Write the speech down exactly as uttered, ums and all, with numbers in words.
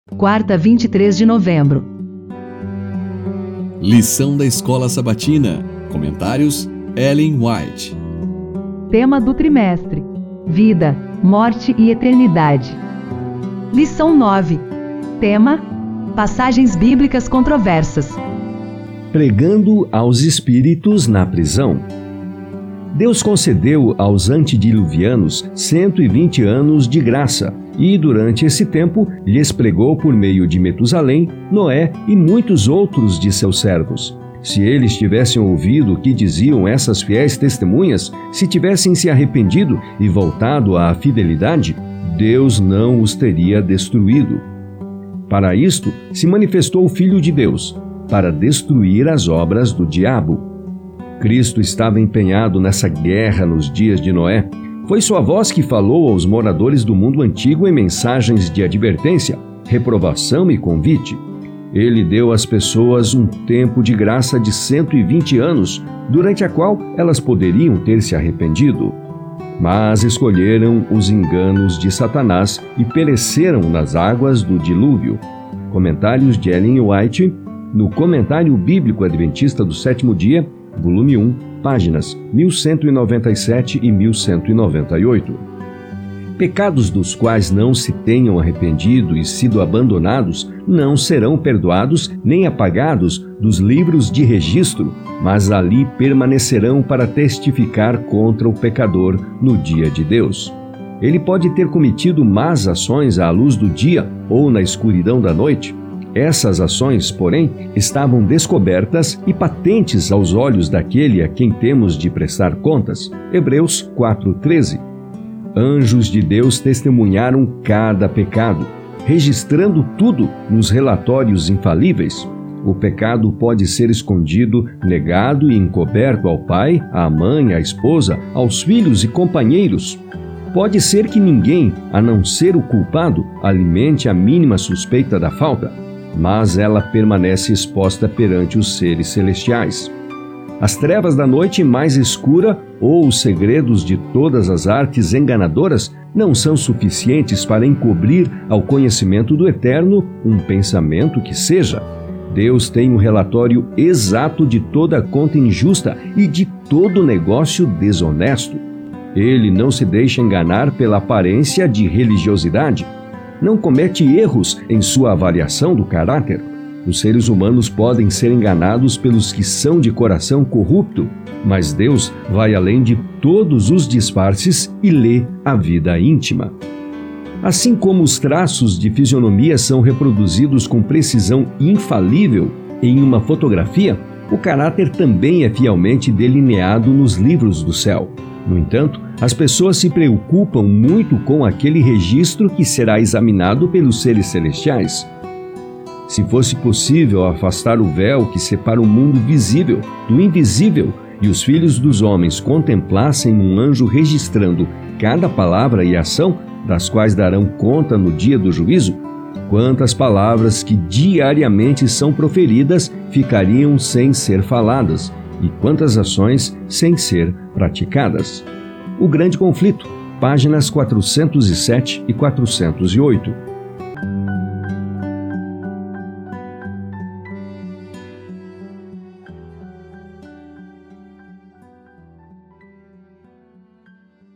Quarta, vinte e três de novembro. Lição da Escola Sabatina. Comentários: Ellen White. Tema do trimestre: Vida, Morte e Eternidade. Lição nove. Tema: Passagens bíblicas controversas. Pregando aos espíritos na prisão. Deus concedeu aos antediluvianos cento e vinte anos de graça, e durante esse tempo lhes pregou por meio de Metusalém, Noé e muitos outros de seus servos. Se eles tivessem ouvido o que diziam essas fiéis testemunhas, se tivessem se arrependido e voltado à fidelidade, Deus não os teria destruído. Para isto se manifestou o Filho de Deus, para destruir as obras do diabo. Cristo estava empenhado nessa guerra nos dias de Noé. Foi sua voz que falou aos moradores do mundo antigo em mensagens de advertência, reprovação e convite. Ele deu às pessoas um tempo de graça de cento e vinte anos, durante a qual elas poderiam ter se arrependido. Mas escolheram os enganos de Satanás e pereceram nas águas do dilúvio. Comentários de Ellen White, no Comentário Bíblico Adventista do Sétimo Dia, volume um, páginas mil cento e noventa e sete e mil cento e noventa e oito. Pecados dos quais não se tenham arrependido e sido abandonados não serão perdoados nem apagados dos livros de registro, mas ali permanecerão para testificar contra o pecador no dia de Deus. Ele pode ter cometido más ações à luz do dia ou na escuridão da noite. Essas ações, porém, estavam descobertas e patentes aos olhos daquele a quem temos de prestar contas. Hebreus quatro, treze. Anjos de Deus testemunharam cada pecado, registrando tudo nos relatórios infalíveis. O pecado pode ser escondido, negado e encoberto ao pai, à mãe, à esposa, aos filhos e companheiros. Pode ser que ninguém, a não ser o culpado, alimente a mínima suspeita da falta, mas ela permanece exposta perante os seres celestiais. As trevas da noite mais escura ou os segredos de todas as artes enganadoras não são suficientes para encobrir ao conhecimento do Eterno um pensamento que seja. Deus tem um relatório exato de toda conta injusta e de todo negócio desonesto. Ele não se deixa enganar pela aparência de religiosidade. Não comete erros em sua avaliação do caráter. Os seres humanos podem ser enganados pelos que são de coração corrupto, mas Deus vai além de todos os disfarces e lê a vida íntima. Assim como os traços de fisionomia são reproduzidos com precisão infalível em uma fotografia, o caráter também é fielmente delineado nos livros do céu. No entanto, as pessoas se preocupam muito com aquele registro que será examinado pelos seres celestiais. Se fosse possível afastar o véu que separa o mundo visível do invisível e os filhos dos homens contemplassem um anjo registrando cada palavra e ação das quais darão conta no dia do juízo, quantas palavras que diariamente são proferidas ficariam sem ser faladas e quantas ações sem ser praticadas. O Grande Conflito, páginas quatrocentos e sete e quatrocentos e oito.